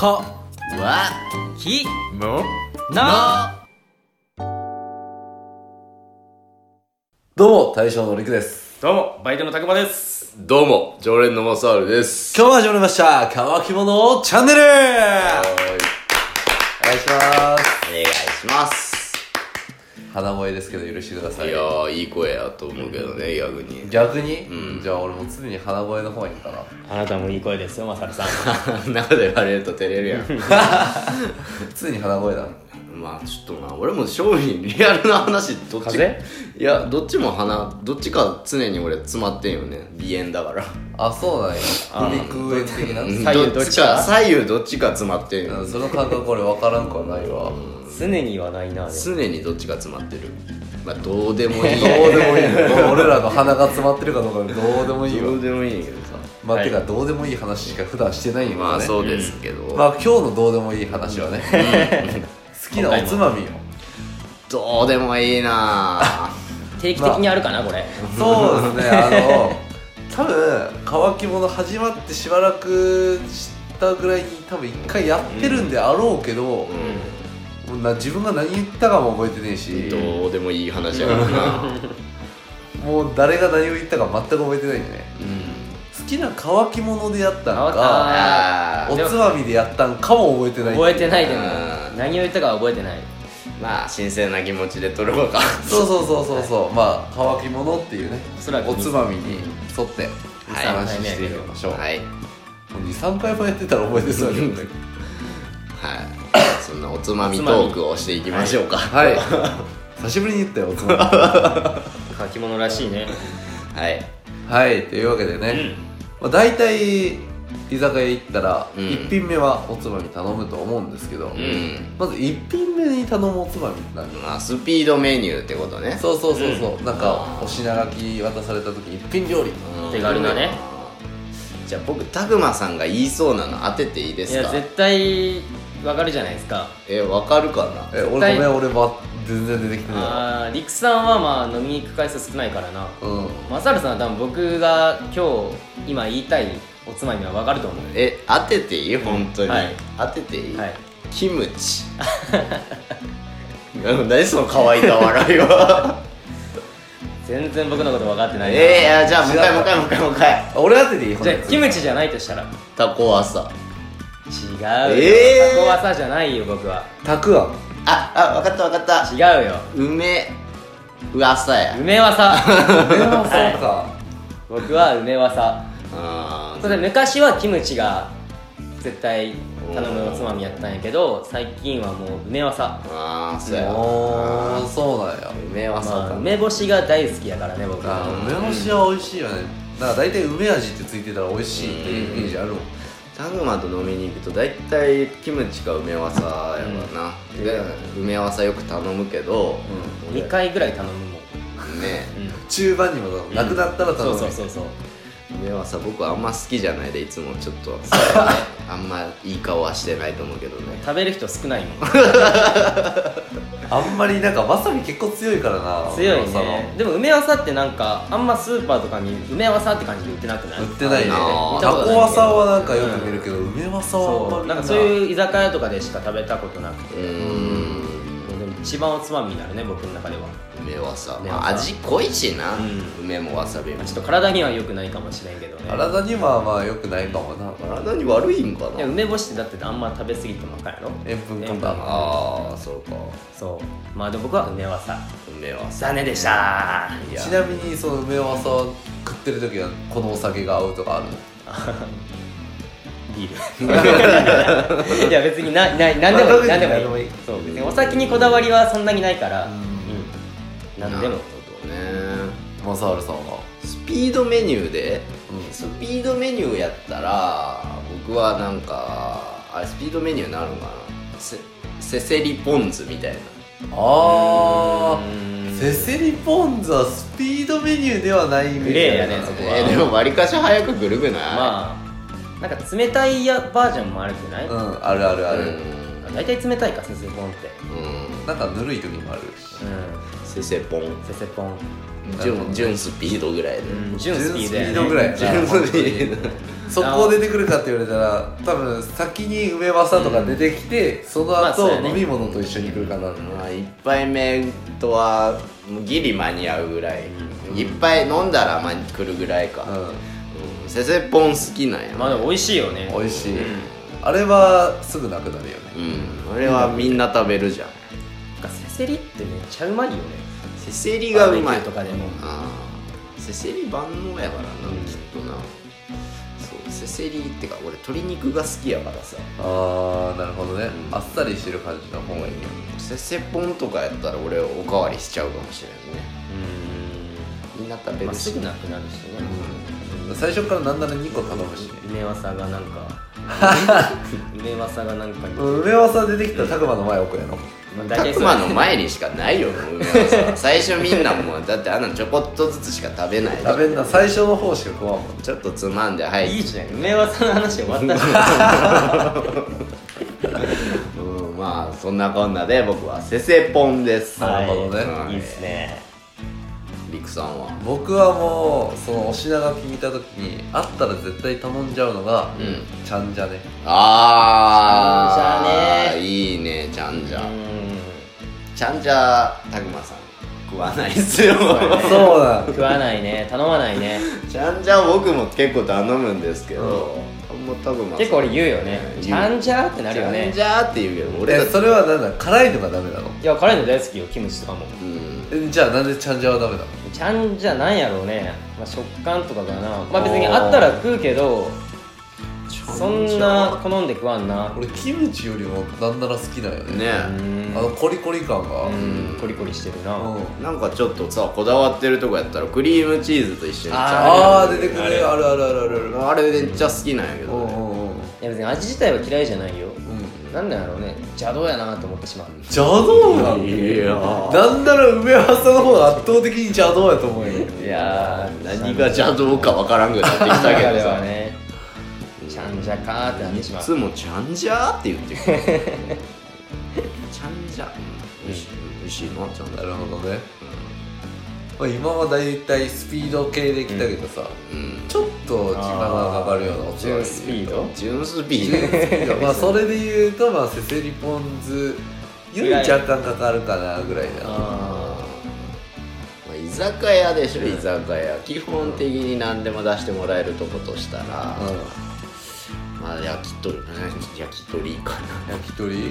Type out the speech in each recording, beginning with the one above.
かわきもなどうも大将のりくです。 どうもバイトのたくまです。 どうも常連のマサールです。 今日も始まりました乾き物チャンネル。お願いしますお願いします。 鼻声ですけど許してください。 いやーいい声やと思うけどね、逆に。 逆に、じゃあ俺も常に鼻声の方がいいかな。 あなたもいい声ですよ、まさるさん。 中で言われると照れるやん。 常に鼻声だ。 まあちょっとな、俺も正味リアルな話どっち風邪いやどっちもどっちか常に俺詰まってんよね。鼻炎だからあ、そうなんや。副鼻腔炎的な。 左右どっちか左右どっちか詰まってんよ。 その感覚俺分からんくはないわ。 常にはないな。 常にどっちか詰まってる。まあどうでもいい。 どうでもいいよ。俺らの鼻が詰まってるかどうかどうでもいいよ。 どうでもいいけどさ。 まあ、てかどうでもいい話しか普段してないんよね。 まあそうですけど、 まあ今日のどうでもいい話はね、好きなおつまみよ。 どうでもいいなぁ。 定期的にあるかな、これ。 そうですね、多分乾き物始まってしばらくしたぐらいに多分一回やってるんであろうけど、もう自分が何言ったかも覚えてねえし、 どうでもいい話やからな。 もう誰が何を言ったか全く覚えてないんでね。好きな乾き物でやったんかあおつまみでやったんかも覚えてない。 覚えてないでもうん何を言ったかは覚えてない。 まあ新鮮な気持ちで撮ろうか。 そう、まあ乾き物っていうねおそらくおつまみに沿ってお話ししていきましょう。 はい 2、3回もやってたら覚えてそうだけどね。 はい。そんなおつまみトークをしていきましょうか。 はい久しぶりに言ったよおつまみ。 書き物らしいね。 はいはいというわけでね、まあ、大体居酒屋行ったら1品目はおつまみ頼むと思うんですけど、まず1品目に頼むおつまみって何？ まあスピードメニューってことね。 そう、なんかお品書き渡された時1品料理、 手軽なね。 じゃあ僕たくまさんが言いそうなの当てていいですか？ いや絶対わかるじゃないですか。 わかるかな？ 俺ごめん、俺は全然出てきてないわ。 りくさんはまあ飲みに行く回数少ないからな。まさるさんは多分僕が今日今言いたいおつまみはわかると思う。 当てていい？本当に、 はい当てていい？ はい。 キムチ。何その乾いた笑いは。 全然僕のこと分かってないな。 いやじゃあもう一回俺当てていい？ じゃあキムチじゃないとしたらタコワサ。 違うよ。タコワサじゃないよ僕は。 たくあん。 分かった違うよ。 梅わさや。 梅わさ。 梅わさか。 僕は梅わさ。 あそれで昔はキムチが絶対頼むおつまみやったんやけど、最近はもう梅わさ。 あそうや。 そうなんや。 梅わさか。 梅干しが大好きやからね僕は。 梅干しは美味しいよね。だから大体梅味ってついてたら美味しいっていうイメージあるもん。 タグマと飲みに行くと大体キムチか梅わさやわな、で梅わさよく頼むけど、 2回ぐらい頼むもんね。 中盤にもなくなったら頼む。 そう梅わさ僕あんま好きじゃないで、いつもちょっとあんまいい顔はしてないと思うけどね。 食べる人少ないもん。 あんまりなんかわさび結構強いからな。 強いね。でも梅わさってなんかあんまスーパーとかに梅わさって感じで売ってなくない？ 売ってないね。 あータコわさはなんかよく見るけど、梅わさはあんまりそうなんかそういう居酒屋とかでしか食べたことなくて、 うーんでも一番おつまみになるね僕の中では。 梅わさ、 梅わさ味濃いしな、 うん梅もわさびもちょっと体には良くないかもしれんけどね。 体にはまあ良くないかもな。 体に悪いんかな。 いや梅干しってだってあんま食べ過ぎてもあかんやろ。 塩分と塩分か。 ああそうか。 そうまあでも僕は梅わさ。 梅わさ残念でしたいやちなみにその梅わさ食ってる時はこのお酒が合うとかあるの？ ビール。いや別になんでもいい、なんでもいい。そう別にお酒にこだわりはそんなにないから、なんでも。 なるほどね。 マサールさんは？ スピードメニューで、スピードメニューやったら僕はなんかあれスピードメニューになるのかな、せせりポン酢みたいな。 せせりポン酢はスピードメニューではないイメージ。 グレーやねそこは。 でもわりかし早くぐるぐない？ まあなんか冷たいバージョンもあるじゃない？ あるあるある。 大体冷たいかセセポンって。 なんかぬるい時もあるし。 せせポン。 セセポン。 純スピードぐらいで、 純スピードやね。 純スピードぐらいやな純スピードそこ出てくるかって言われたら多分先に梅わさとか出てきて、その後、 まあそうやね飲み物と一緒に来るかな、 まあ1杯目とはギリ間に合うぐらい、1杯飲んだら来るぐらいか、セセポン好きなんや、 まあでも美味しいよね。 美味しい、あれはすぐなくなるよね。 あれはみんな食べるじゃん。 セセリってめっちゃうまいよね。 セセリがうまいバーベキューとかでも。 セセリ万能やからな、きっとな。そうセセリってか俺鶏肉が好きやからさ。 ああなるほどね、あっさりしてる感じの方がいいよ。 セセポンとかやったら俺おかわりしちゃうかもしれんね。みんな食べるし、 すぐなくなるしね。 最初からなんなら2個頼むしね。 梅わさがなんか梅わさがなんか梅わさ出てきたら拓磨の前置くやろ。 たくまの前にしかないよ梅はさ最初みんなもうだってあんなのちょこっとずつしか食べない食べんな、最初の方しか食わんもん。 ちょっとつまんではいいいじゃん。梅わさの話終わったじゃまあそんなこんなで僕はセセポンです。 ん。 なるほどねはいいいっすね。 リクさんは僕はもうそのお品書き見た時にあったら絶対頼んじゃうのが、ちゃんじゃね。 あーちゃんじゃねいいねちゃんじゃうんちゃんじゃたくまさん食わないっすよそうなん食わないね。頼まないね。 ちゃんじゃ僕も結構頼むんですけど、もうたくまさん結構俺言うよね。 言うちゃんじゃってなるよね。 ちゃんじゃって言うけど俺だそれはなんだ、辛いのがダメなの？ いや辛いの大好きよ。キムチとかも。 じゃあなんでちゃんじゃはダメなの？ ちゃんじゃなんやろうね。まあ食感とかかな。まあ別にあったら食うけど、そんな好んで食わんな。 俺キムチよりもなんなら好きだよね。 ねあのコリコリ感が。 コリコリしてるな。 なんかちょっとさこだわってるとこやったらクリームチーズと一緒にあー出てくる。あるあるあるある。 あれめっちゃ好きなんやけどねいや別に味自体は嫌いじゃないよ。なんだろうね。邪道やなと思ってしまう。 邪道なの？ いやなんなら梅わさの方が圧倒的に邪道やと思うよ。 いやー何が邪道かわからんくなってきたけど中ではさね。ちゃんじゃかーってなってしまう。 いつもちゃんじゃーって言ってくるちゃんじゃ美味しいなちゃんじゃなるほどね。まあ今はだいたいスピード系で来たけどさ、ちょっと時間がかかるようなおつまみ純スピード純スピードまあそれで言うとまあセセリポン酢より若干かかるかなぐらいだ。 まあ居酒屋でしょ居酒屋基本的に何でも出してもらえるとことしたらまあ焼き鳥かな焼き鳥？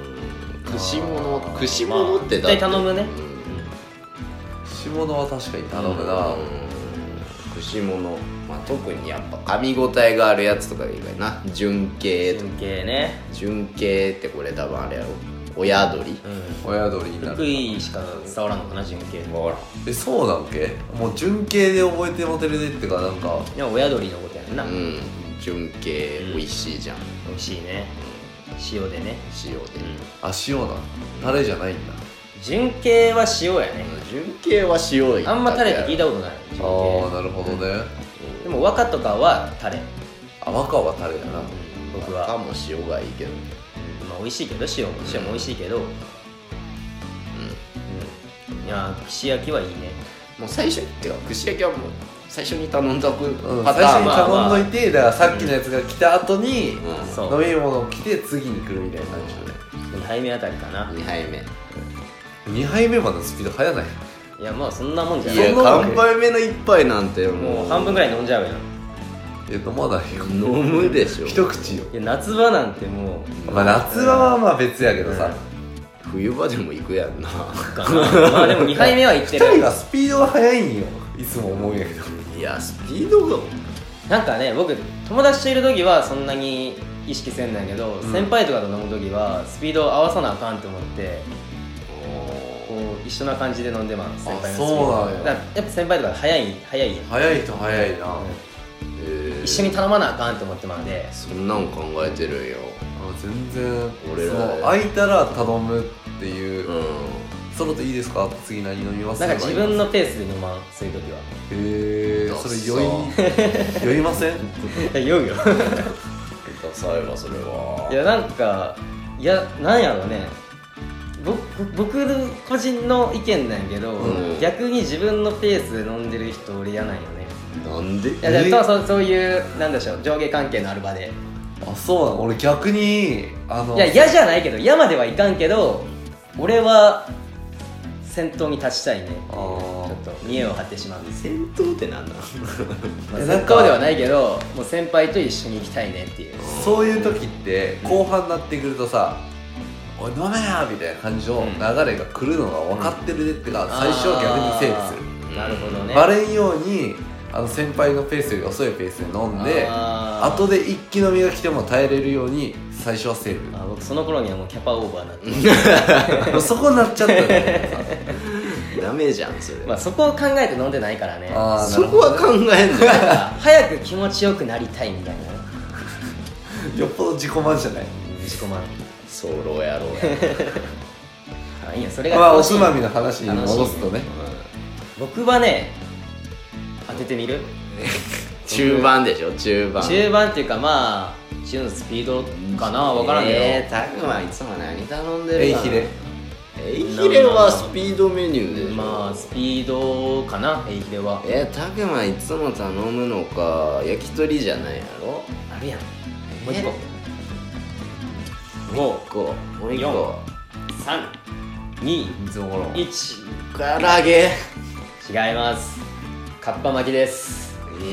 串物ってだって絶対頼むね。 串物は確かに頼むな。 串物まあ特にやっぱ噛み応えがあるやつとかがいいかな純系とか純系ね。 純系ってこれ多分あれやろ親鳥親鳥になる。 福井しか伝わらんのかな純系。 そうなんけ？もう純系で覚えてもてるでってかなんかでも親鳥のことやんな。 純系美味しいじゃん美味しいね。塩でね。 塩で塩な。タレじゃないんだ。 純系は塩やね。 純系は塩あんまタレって聞いたことない。純系ああなるほどね。 でも和歌とかはタレ。 若はタレだな。 僕は。 赤も塩がいいけどまあ美味しいけど塩も美味しいけど。いや串焼きはいいね。 もう最初ってか串焼きはもう最初に頼んだくパ最初にターンは頼んどいて、だからさっきのやつが来た後にそう飲み物来て次に来るみたいな感じで。 2杯目あたりかな。 2杯目 2杯目までのスピード速ない？ いやまあそんなもんじゃいやない。 そんなわけ乾杯目の1杯なんてももうう半分ぐらい飲んじゃうやん。 飲まないよ。 飲むでしょ一口よ。 いや夏場なんてもうまあ夏場はまあ別やけどさ、 冬場でも行くやんなかな。まあでも2杯目は行ってる。 2人がスピードが速いんよ。いつも思うんやけど。 いやスピードがなんかね僕友達といる時はそんなに意識せんなんやけど、先輩とかと飲む時はスピードを合わさなあかんって思ってこう一緒な感じで飲んでます。先輩のスピードそうなんやだからやっぱ先輩とか早いやん。 速い人速いな。 一緒に頼まなあかんって思ってまうで。 そんなん考えてるんよ全然俺らそう空いたら頼むっていう、ソロでいいですか次何飲みますなんか自分のペースで飲まんそういう時は。 へえそれ酔いません？ いや酔うよ。 ダサいわそれはいやなんかいやなんやろうね。 僕の個人の意見なんやけど、 うん逆に自分のペースで飲んでる人俺嫌なんよね。 なんでいやだからそういうなんでしょう、上下関係のある場で、 あ、そうなの。俺逆にいや嫌じゃないけど、嫌まではいかんけど、俺は先頭に立ちたいね。ちょっと見栄を張ってしまうんです。 戦闘ってなんだまあ、先頭ではないけど、もう先輩と一緒に行きたいねっていう。 そういう時って後半になってくるとさ、おい飲めやみたいな感じの流れが来るのが分かってるねってか、最初は逆にセーブする。 なるほどね。 バレんように先輩のペースより遅いペースで飲んで、後で一気飲みが来ても耐えれるように最初はセーブ。 僕その頃にはもうキャパオーバーになってもうそこになっちゃったんだよダメじゃんそれ、 まあそこを考えて飲んでないからね。 あーそこは考えんのよ早く気持ちよくなりたいみたいな。 よっぽど自己満じゃない。 自己満。 ソロやろうあ、いいよ、それがまあお楽しいつまみの話に戻すとね、 僕はね、当ててみる？ 中盤でしょ、中盤中盤っていうか、まあ中のスピードかな、分からんけど、 タグマいつも何頼んでるかな。 エイヒレ。 エイヒレはスピードメニューでしょ。 まあスピードかな、エイヒレは。 タグマいつも頼むのか、焼き鳥じゃないやろ。 あるやん。もう一個。 もう一個、もう一個 3、2、 水おごろん。 1。 唐揚げ。 違います。かっぱ巻きです。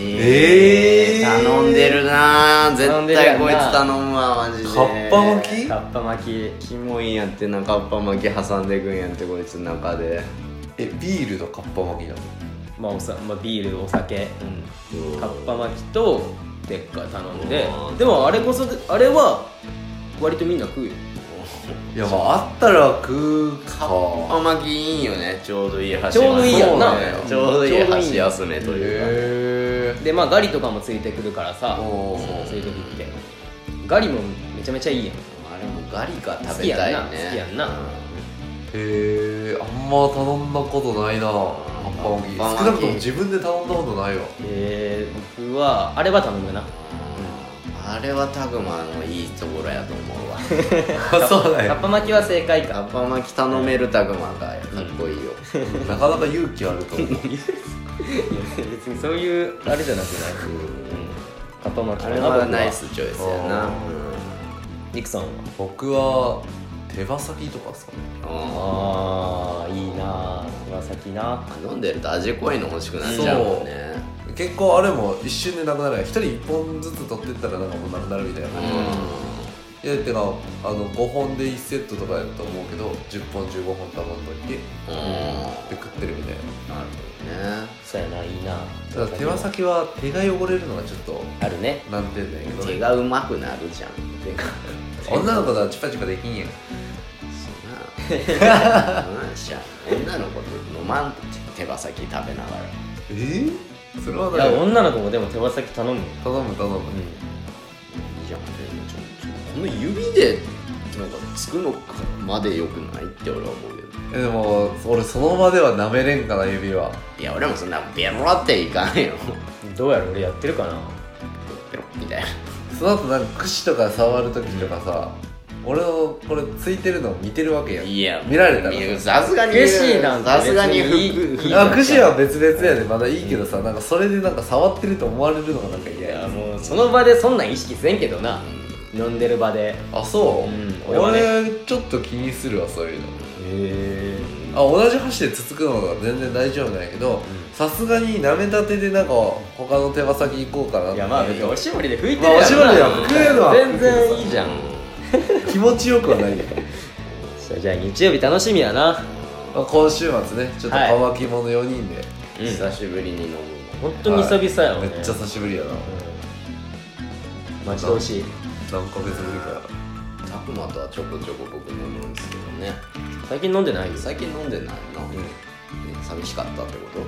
頼んでるな、絶頼んでるやんな対こいつ頼むわマジで。 かっぱ巻き？ かっぱ巻き。 キモいんやってな、かっぱ巻き挟んでいくんやってこいつの中で。 ビールとカッパ巻きなの？ まあビール、お酒、かっぱ巻きとでっかい頼んで、でもあれは割とみんな食うよ。 いや、まああったら食うか。 かっぱ巻きいいよね、ちょうどいい箸ちょうどいいやんな。 ちょうどいい箸休めというか。 へでまあガリとかもついてくるからさ、 おーそういう時ってガリもめちゃめちゃいいやん。 あれもガリが食べたいね。 好きやんな。 え、あんま頼んだことないな、かっぱ巻き。 かっぱ巻き少なくとも自分で頼んだことないわ。 僕はあれは頼むな。 あれはタグマのいいところやと思うわ。 あ、そうだよ。 かっぱ巻きは正解か。 かっぱ巻き頼めるタグマがかっこいいよ。 なかなか勇気あると思う。 別にそういうあれじゃなくない。かっぱ巻きあれはナイスチョイスやな。 ニクさんは？ 僕は手羽先とかさ。 ああ、いいな、手羽先な。 飲んでると味濃いの欲しくなっちゃうもんね。 結構あれも一瞬でなくなる。一人1本ずつ取ってったらなんかもうなくなるみたいな感じで、いやてか5本で1セットとかやと思うけど、10本15本頼んどいてで食ってるみたいな。 なるほどね。 そうやな、いいな。 ただ手羽先は手が汚れるのがちょっとあるね。 難点だけどね。 手がうまくなるじゃん。手が女の子とはチュパチュパできんやん。 そうな。女の子と飲まんと手羽先食べながら。 それはいや、 ない。 女の子もでも手羽先頼むよ。 頼む。 いいじゃん。この指でなんかつくのまでよくないって俺は思うけど。 でも俺その場では舐めれんかな、指は。 いや俺もそんなベロっていかんよ。 どうやろ、俺やってるかな。 ベロみたいな。 その後なんか串とか触るときとかさ、俺のこれついてるのを見てるわけやん。 いや見られたらいやさすがに串なんてさすがに別にいい串は別々やでまだいいけどさ、なんかそれでなんか触ってると思われるのがなんか嫌や。 もうその場でそんなん意識せんけどな、飲んでる場で。 あ、そう、 俺はね俺ちょっと気にするわ、そういうの。 へ同じ箸でつつくのが全然大丈夫なんやけど、さすがに舐めたてでなんか他の手羽先行こうかなって。 いや、まあ別におしぼりで拭いてるまあおしぼりでは拭くのは全然いいじゃん。 気持ちよくはないよ。 じゃあ日曜日楽しみやな。 まあ今週末ね、ちょっと乾き物4人で、 久しぶりに飲む本当に久々やもんね。 めっちゃ久しぶりやな。 待ち遠しい。 何ヶ月ぶりか。 タクマとはちょこちょこ僕飲むんですけどね。 最近飲んでないよ。 最近飲んでないな。寂しかったってこと？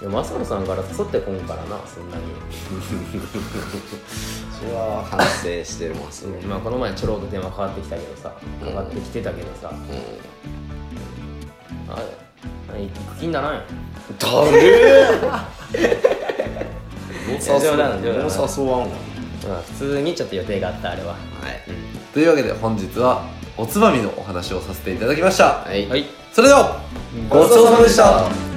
いや、マサノさんから誘ってこんからな、そんなに。 それは反省してますね。 まあこの前ちょろっと電話かかってきたけどさ、かかってきてたけどさ、あ行く気にならんよ。 だれ冗談もう誘わんわ。 まあ普通にちょっと予定があった、あれは。 はい。 というわけで本日はおつまみのお話をさせていただきました。 はい、 はい、 それではごちそうさまでした。